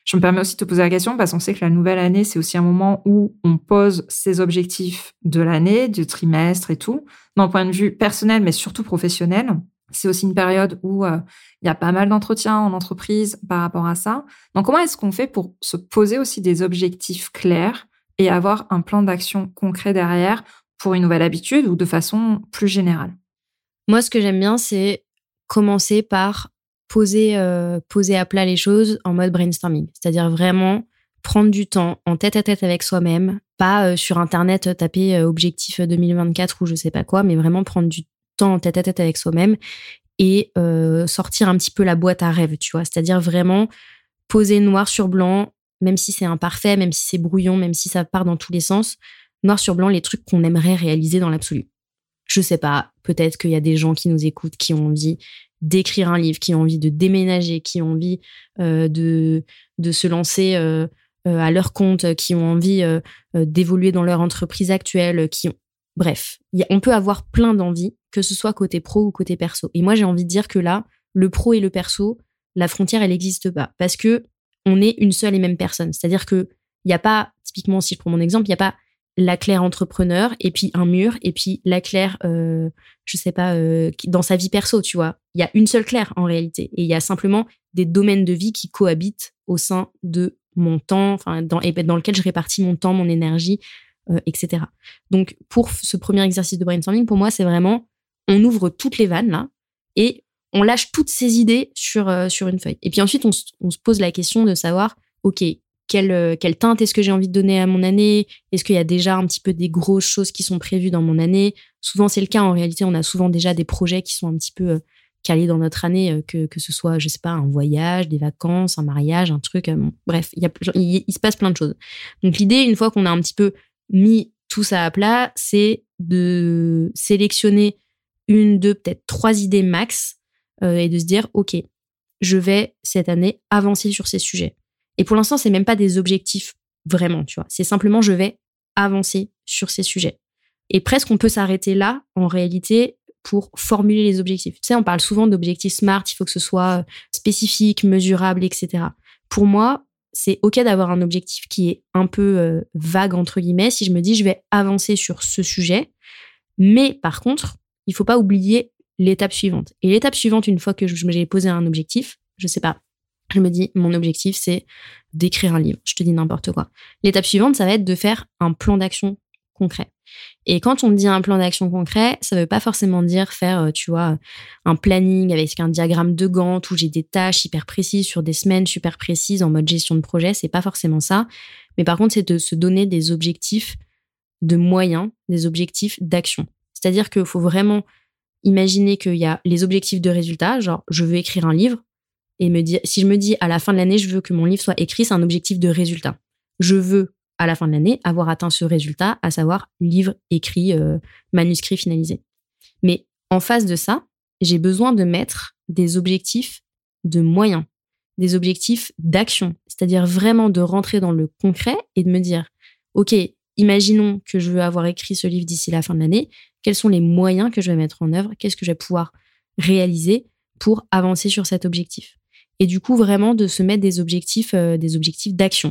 A: Je me permets aussi de te poser la question parce qu'on sait que la nouvelle année, c'est aussi un moment où on pose ses objectifs de l'année, du trimestre et tout, d'un point de vue personnel, mais surtout professionnel. C'est aussi une période où il y a pas mal d'entretiens en entreprise par rapport à ça. Donc, comment est-ce qu'on fait pour se poser aussi des objectifs clairs et avoir un plan d'action concret derrière pour une nouvelle habitude ou de façon plus générale?
B: Moi, ce que j'aime bien, c'est commencer par poser à plat les choses en mode brainstorming. C'est-à-dire vraiment prendre du temps en tête-à-tête avec soi-même, pas sur Internet taper objectif 2024 ou je sais pas quoi, mais vraiment prendre du temps en tête-à-tête avec soi-même et sortir un petit peu la boîte à rêves, tu vois. C'est-à-dire vraiment poser noir sur blanc, même si c'est imparfait, même si c'est brouillon, même si ça part dans tous les sens, noir sur blanc, les trucs qu'on aimerait réaliser dans l'absolu. Je sais pas, peut-être qu'il y a des gens qui nous écoutent, qui ont envie d'écrire un livre, qui ont envie de déménager, qui ont envie de se lancer à leur compte, qui ont envie d'évoluer dans leur entreprise actuelle, Bref, on peut avoir plein d'envies, que ce soit côté pro ou côté perso. Et moi, j'ai envie de dire que là, le pro et le perso, la frontière, elle n'existe pas. Parce que on est une seule et même personne. C'est-à-dire que il n'y a pas, typiquement, si je prends mon exemple, il n'y a pas la Claire entrepreneur et puis un mur et puis la Claire, je sais pas, dans sa vie perso, tu vois. Il y a une seule Claire en réalité. Et il y a simplement des domaines de vie qui cohabitent au sein de mon temps, enfin, dans lequel je répartis mon temps, mon énergie, etc. Donc, pour ce premier exercice de brainstorming, pour moi, c'est vraiment, on ouvre toutes les vannes, là, et on lâche toutes ces idées sur une feuille. Et puis ensuite, on se pose la question de savoir, OK, quelle teinte est-ce que j'ai envie de donner à mon année? Est-ce qu'il y a déjà un petit peu des grosses choses qui sont prévues dans mon année? Souvent, c'est le cas. En réalité, on a souvent déjà des projets qui sont un petit peu calés dans notre année, que ce soit, je sais pas, un voyage, des vacances, un mariage, un truc. Bref, il se passe plein de choses. Donc, l'idée, une fois qu'on a un petit peu mis tout ça à plat, c'est de sélectionner 1, 2, peut-être 3 idées max et de se dire, OK, je vais cette année avancer sur ces sujets. Et pour l'instant, c'est même pas des objectifs vraiment, tu vois. C'est simplement, je vais avancer sur ces sujets. Et presque, on peut s'arrêter là, en réalité, pour formuler les objectifs. Tu sais, on parle souvent d'objectifs SMART, il faut que ce soit spécifique, mesurable, etc. Pour moi, c'est OK d'avoir un objectif qui est un peu vague, entre guillemets, si je me dis, je vais avancer sur ce sujet. Mais par contre, il faut pas oublier l'étape suivante. Et l'étape suivante, une fois que j'ai posé un objectif, je sais pas, je me dis, mon objectif, c'est d'écrire un livre. Je te dis n'importe quoi. L'étape suivante, ça va être de faire un plan d'action concret. Et quand on dit un plan d'action concret, ça veut pas forcément dire faire, tu vois, un planning avec un diagramme de Gantt où j'ai des tâches hyper précises sur des semaines super précises en mode gestion de projet. C'est pas forcément ça. Mais par contre, c'est de se donner des objectifs de moyens, des objectifs d'action. C'est-à-dire qu'il faut vraiment imaginer qu'il y a les objectifs de résultat, genre, je veux écrire un livre. Et me dire, si je me dis à la fin de l'année, je veux que mon livre soit écrit, c'est un objectif de résultat. Je veux, à la fin de l'année, avoir atteint ce résultat, à savoir livre écrit, manuscrit finalisé. Mais en face de ça, j'ai besoin de mettre des objectifs de moyens, des objectifs d'action. C'est-à-dire vraiment de rentrer dans le concret et de me dire, OK, imaginons que je veux avoir écrit ce livre d'ici la fin de l'année. Quels sont les moyens que je vais mettre en œuvre? Qu'est-ce que je vais pouvoir réaliser pour avancer sur cet objectif? Et du coup, vraiment de se mettre des objectifs d'action.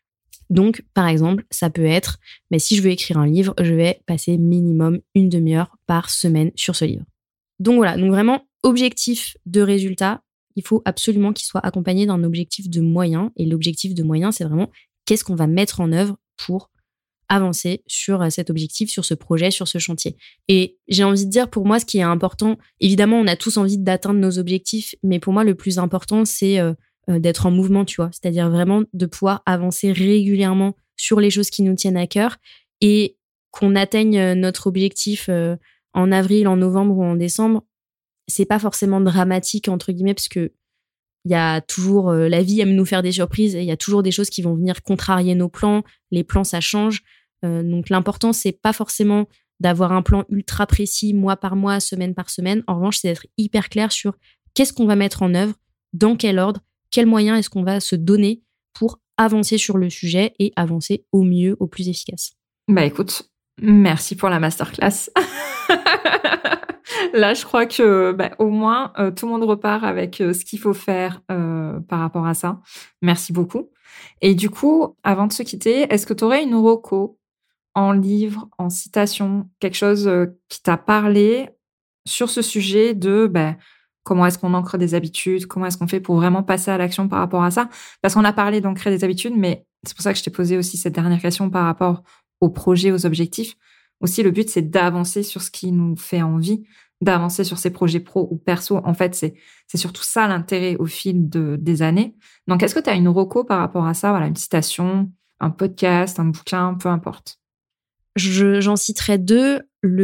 B: Donc, par exemple, ça peut être, mais si je veux écrire un livre, je vais passer minimum 1 demi-heure par semaine sur ce livre. Donc voilà, donc vraiment, objectif de résultat, il faut absolument qu'il soit accompagné d'un objectif de moyens. Et l'objectif de moyens, c'est vraiment qu'est-ce qu'on va mettre en œuvre pour avancer sur cet objectif, sur ce projet, sur ce chantier. Et j'ai envie de dire, pour moi, ce qui est important, évidemment, on a tous envie d'atteindre nos objectifs, mais pour moi, le plus important, c'est d'être en mouvement, tu vois. C'est-à-dire vraiment de pouvoir avancer régulièrement sur les choses qui nous tiennent à cœur et qu'on atteigne notre objectif en avril, en novembre ou en décembre. C'est pas forcément dramatique, entre guillemets, parce que il y a toujours, la vie aime nous faire des surprises et il y a toujours des choses qui vont venir contrarier nos plans. Les plans, ça change. Donc, l'important, c'est pas forcément d'avoir un plan ultra précis, mois par mois, semaine par semaine. En revanche, c'est d'être hyper clair sur qu'est-ce qu'on va mettre en œuvre, dans quel ordre, quels moyens est-ce qu'on va se donner pour avancer sur le sujet et avancer au mieux, au plus efficace.
A: Bah écoute, merci pour la masterclass. Là, je crois que au moins, tout le monde repart avec ce qu'il faut faire par rapport à ça. Merci beaucoup. Et du coup, avant de se quitter, est-ce que tu aurais une reco en livre, en citation, quelque chose qui t'a parlé sur ce sujet de comment est-ce qu'on ancre des habitudes, comment est-ce qu'on fait pour vraiment passer à l'action par rapport à ça? Parce qu'on a parlé d'ancrer des habitudes, mais c'est pour ça que je t'ai posé aussi cette dernière question par rapport aux projets, aux objectifs. Aussi, le but, c'est d'avancer sur ce qui nous fait envie, d'avancer sur ses projets pro ou perso. En fait, c'est surtout ça l'intérêt au fil des années. Donc, est-ce que tu as une reco par rapport à ça? Voilà, une citation, un podcast, un bouquin, peu importe.
B: J'en citerai deux.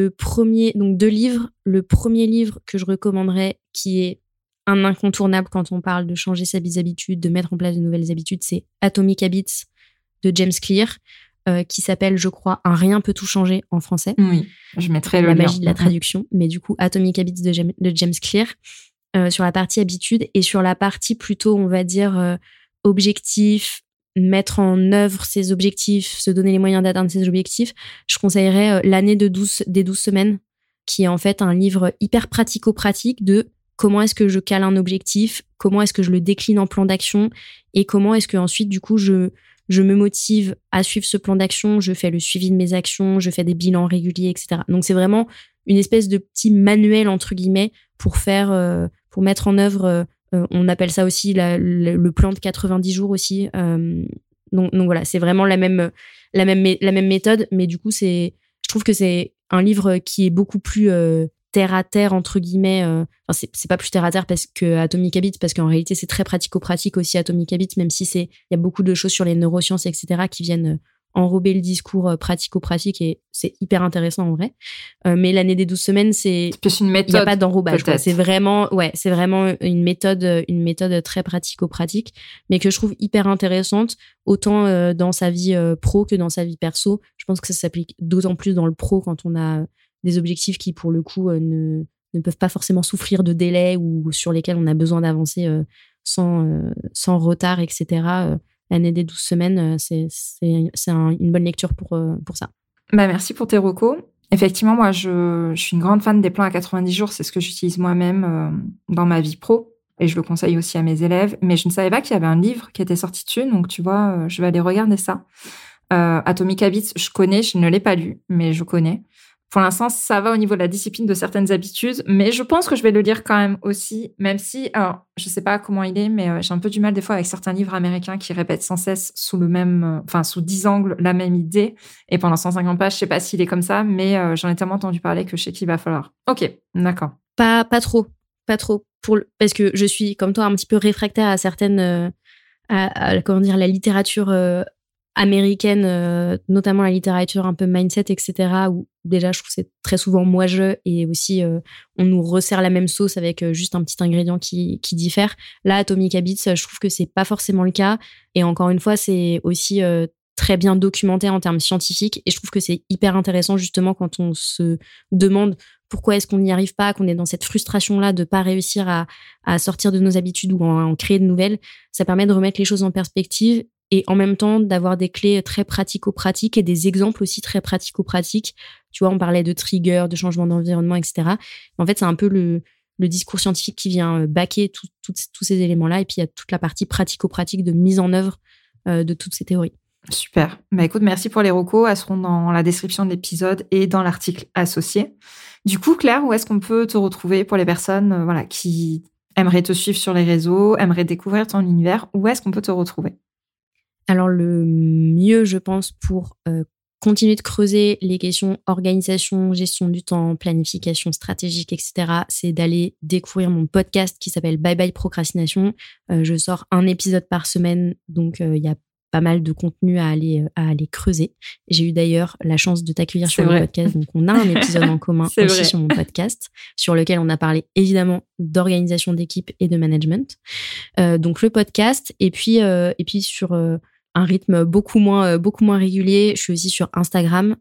B: Donc 2 livres. Le premier livre que je recommanderais, qui est un incontournable quand on parle de changer ses habitudes, de mettre en place de nouvelles habitudes, c'est Atomic Habits de James Clear, qui s'appelle, je crois, Un rien peut tout changer en français.
A: Oui, je mettrai le lien.
B: La magie de la traduction. Mais du coup, Atomic Habits de James Clear, sur la partie habitude et sur la partie plutôt, on va dire, objectif, mettre en œuvre ses objectifs, se donner les moyens d'atteindre ses objectifs, je conseillerais L'année des 12 semaines, qui est en fait un livre hyper pratico-pratique de comment est-ce que je cale un objectif, comment est-ce que je le décline en plan d'action et comment est-ce que ensuite, du coup, je me motive à suivre ce plan d'action, je fais le suivi de mes actions, je fais des bilans réguliers, etc. Donc, c'est vraiment une espèce de petit manuel, entre guillemets, pour mettre en œuvre on appelle ça aussi le plan de 90 jours aussi. Donc voilà, c'est vraiment la même méthode, mais du coup, je trouve que c'est un livre qui est beaucoup plus terre à terre, entre guillemets. Enfin, c'est pas plus terre à terre parce que Atomic Habits, parce qu'en réalité, c'est très pratico-pratique aussi Atomic Habits, même si il y a beaucoup de choses sur les neurosciences, etc., qui viennent enrober le discours pratico-pratique et c'est hyper intéressant en vrai. Mais l'année des 12 semaines, c'est
A: plus une méthode.
B: Il n'y a pas d'enrobage. C'est vraiment une méthode très pratico-pratique, mais que je trouve hyper intéressante, autant dans sa vie pro que dans sa vie perso. Je pense que ça s'applique d'autant plus dans le pro quand on a des objectifs qui, pour le coup, ne peuvent pas forcément souffrir de délais ou sur lesquels on a besoin d'avancer sans retard, etc. L'année des 12 semaines, c'est une bonne lecture pour ça.
A: Merci pour tes recos. Effectivement, moi, je suis une grande fan des plans à 90 jours. C'est ce que j'utilise moi-même dans ma vie pro. Et je le conseille aussi à mes élèves. Mais je ne savais pas qu'il y avait un livre qui était sorti dessus. Donc, tu vois, je vais aller regarder ça. Atomic Habits, je connais. Je ne l'ai pas lu, mais je connais. Pour l'instant, ça va au niveau de la discipline de certaines habitudes, mais je pense que je vais le lire quand même aussi, même si, alors, je sais pas comment il est, mais j'ai un peu du mal des fois avec certains livres américains qui répètent sans cesse sous 10 angles la même idée, et pendant 150 pages, je sais pas s'il est comme ça, mais j'en ai tellement entendu parler que je sais qu'il va falloir. Ok, d'accord.
B: Pas trop, parce que je suis, comme toi, un petit peu réfractaire à certaines, la littérature américaine, notamment la littérature un peu mindset, etc., où déjà je trouve que c'est très souvent moi-je et aussi on nous resserre la même sauce avec juste un petit ingrédient qui diffère. Là, Atomic Habits, je trouve que c'est pas forcément le cas et encore une fois, c'est aussi très bien documenté en termes scientifiques et je trouve que c'est hyper intéressant justement quand on se demande pourquoi est-ce qu'on n'y arrive pas, qu'on est dans cette frustration-là de pas réussir à sortir de nos habitudes ou à en créer de nouvelles. Ça permet de remettre les choses en perspective et en même temps d'avoir des clés très pratico-pratiques et des exemples aussi très pratico-pratiques. Tu vois, on parlait de trigger, de changement d'environnement, etc. En fait, c'est un peu le discours scientifique qui vient baquer tous ces éléments-là. Et puis, il y a toute la partie pratico-pratique de mise en œuvre de toutes ces théories.
A: Super. Écoute, merci pour les recos. Elles seront dans la description de l'épisode et dans l'article associé. Du coup, Claire, où est-ce qu'on peut te retrouver pour les personnes qui aimeraient te suivre sur les réseaux, aimeraient découvrir ton univers? Où est-ce qu'on peut te retrouver?
B: Alors, le mieux, je pense, pour continuer de creuser les questions organisation, gestion du temps, planification stratégique, etc., c'est d'aller découvrir mon podcast qui s'appelle Bye Bye Procrastination. Je sors un épisode par semaine, donc il y a pas mal de contenu à aller creuser. J'ai eu d'ailleurs la chance de t'accueillir sur le podcast, donc on a un épisode en commun aussi sur mon podcast, sur lequel on a parlé évidemment d'organisation d'équipe et de management. Donc le podcast, et puis sur un rythme beaucoup moins régulier, je suis aussi sur Instagram,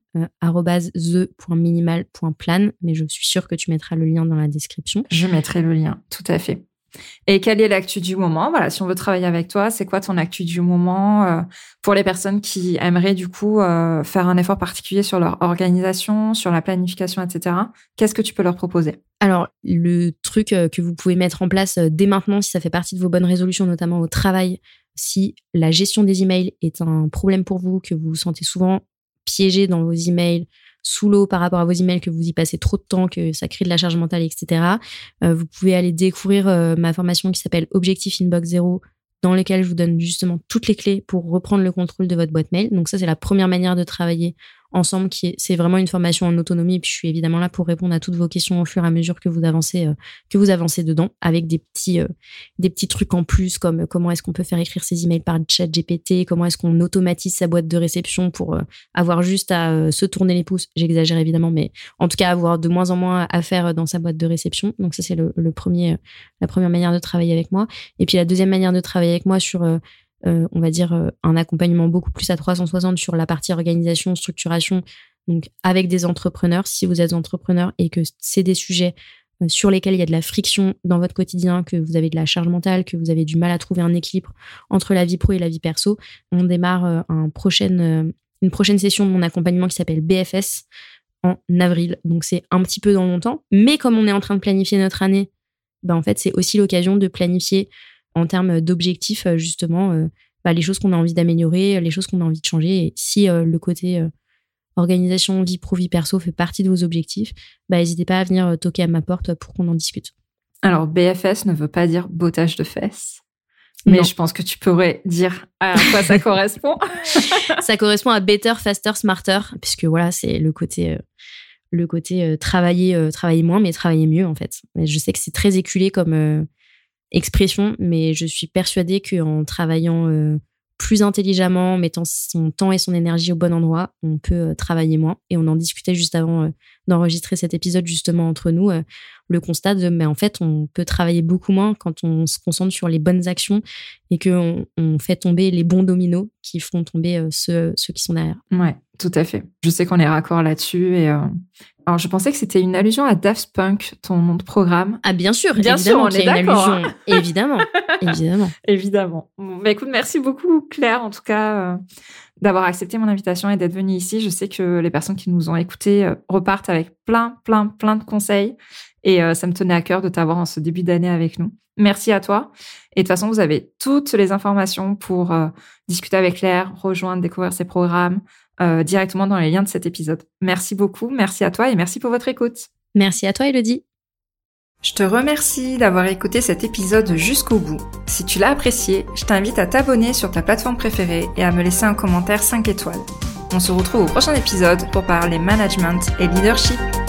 B: @the.minimal.plan, mais je suis sûre que tu mettras le lien dans la description.
A: Je mettrai le lien, tout à fait. Et quelle est l'actu du moment? Voilà, si on veut travailler avec toi, c'est quoi ton actu du moment pour les personnes qui aimeraient du coup faire un effort particulier sur leur organisation, sur la planification, etc. Qu'est-ce que tu peux leur proposer?
B: Alors, le truc que vous pouvez mettre en place dès maintenant, si ça fait partie de vos bonnes résolutions, notamment au travail, si la gestion des emails est un problème pour vous, que vous vous sentez souvent piégé dans vos emails, sous l'eau par rapport à vos emails, que vous y passez trop de temps, que ça crée de la charge mentale, etc. Vous pouvez aller découvrir ma formation qui s'appelle Objectif Inbox Zero, dans lequel je vous donne justement toutes les clés pour reprendre le contrôle de votre boîte mail. Donc ça, c'est la première manière de travailler ensemble, c'est vraiment une formation en autonomie. Et puis je suis évidemment là pour répondre à toutes vos questions au fur et à mesure que vous avancez dedans, avec des petits trucs en plus, comme comment est-ce qu'on peut faire écrire ses emails par ChatGPT, comment est-ce qu'on automatise sa boîte de réception pour avoir juste à se tourner les pouces. J'exagère évidemment, mais en tout cas avoir de moins en moins à faire dans sa boîte de réception. Donc ça, c'est la première manière de travailler avec moi. Et puis la deuxième manière de travailler avec moi sur on va dire un accompagnement beaucoup plus à 360 sur la partie organisation, structuration, donc avec des entrepreneurs, si vous êtes entrepreneur et que c'est des sujets sur lesquels il y a de la friction dans votre quotidien, que vous avez de la charge mentale, que vous avez du mal à trouver un équilibre entre la vie pro et la vie perso, on démarre une prochaine session de mon accompagnement qui s'appelle BFS en avril. Donc c'est un petit peu dans longtemps, mais comme on est en train de planifier notre année, en fait c'est aussi l'occasion de planifier en termes d'objectifs, justement, les choses qu'on a envie d'améliorer, les choses qu'on a envie de changer. Et si le côté organisation, vie pro, vie perso fait partie de vos objectifs, n'hésitez pas à venir toquer à ma porte pour qu'on en discute.
A: Alors, BFS ne veut pas dire bottage de fesses, mais non. Je pense que tu pourrais dire à quoi ça correspond.
B: Ça correspond à Better, Faster, Smarter, puisque voilà, c'est le côté travailler moins, mais travailler mieux, en fait. Je sais que c'est très éculé comme expression, mais je suis persuadée qu'en travaillant plus intelligemment, en mettant son temps et son énergie au bon endroit, on peut travailler moins. Et on en discutait juste avant d'enregistrer cet épisode justement entre nous, le constat de, en fait, on peut travailler beaucoup moins quand on se concentre sur les bonnes actions et qu'on fait tomber les bons dominos qui font tomber ceux qui sont derrière.
A: Ouais, tout à fait. Je sais qu'on est raccord là-dessus et alors, je pensais que c'était une allusion à Daft Punk, ton nom de programme.
B: Ah, bien sûr,
A: on est d'accord. Une allusion.
B: Évidemment.
A: Bon, écoute, merci beaucoup, Claire, en tout cas, d'avoir accepté mon invitation et d'être venue ici. Je sais que les personnes qui nous ont écoutés repartent avec plein de conseils et ça me tenait à cœur de t'avoir en ce début d'année avec nous. Merci à toi. Et de toute façon, vous avez toutes les informations pour discuter avec Claire, rejoindre, découvrir ses programmes, directement dans les liens de cet épisode. Merci beaucoup, merci à toi et merci pour votre écoute.
B: Merci à toi, Elodie.
A: Je te remercie d'avoir écouté cet épisode jusqu'au bout. Si tu l'as apprécié, je t'invite à t'abonner sur ta plateforme préférée et à me laisser un commentaire 5 étoiles. On se retrouve au prochain épisode pour parler management et leadership.